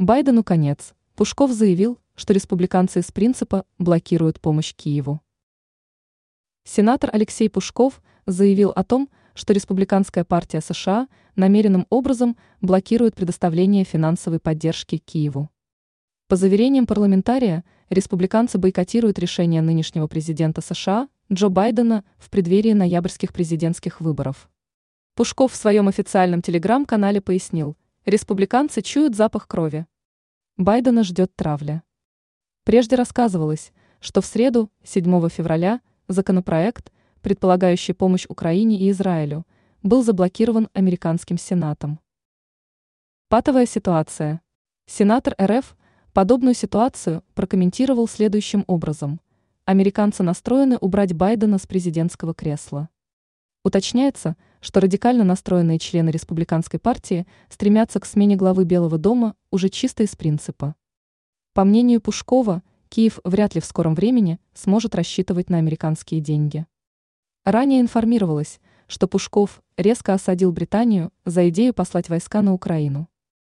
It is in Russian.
Байдену конец. Пушков заявил, что республиканцы из принципа блокируют помощь Киеву. Сенатор Алексей Пушков заявил о том, что Республиканская партия США намеренным образом блокирует предоставление финансовой поддержки Киеву. По заверениям парламентария, республиканцы бойкотируют решение нынешнего президента США Джо Байдена в преддверии ноябрьских президентских выборов. Пушков в своем официальном телеграм-канале пояснил: республиканцы чуют запах крови. Байдена ждет травля. Прежде рассказывалось, что в среду, 7 февраля, законопроект, предполагающий помощь Украине и Израилю, был заблокирован американским Сенатом. Патовая ситуация. Сенатор РФ подобную ситуацию прокомментировал следующим образом: американцы настроены убрать Байдена с президентского кресла. Уточняется, что радикально настроенные члены республиканской партии стремятся к смене главы Белого дома уже чисто из принципа. По мнению Пушкова, Киев вряд ли в скором времени сможет рассчитывать на американские деньги. Ранее информировалось, что Пушков резко осадил Британию за идею послать войска на Украину.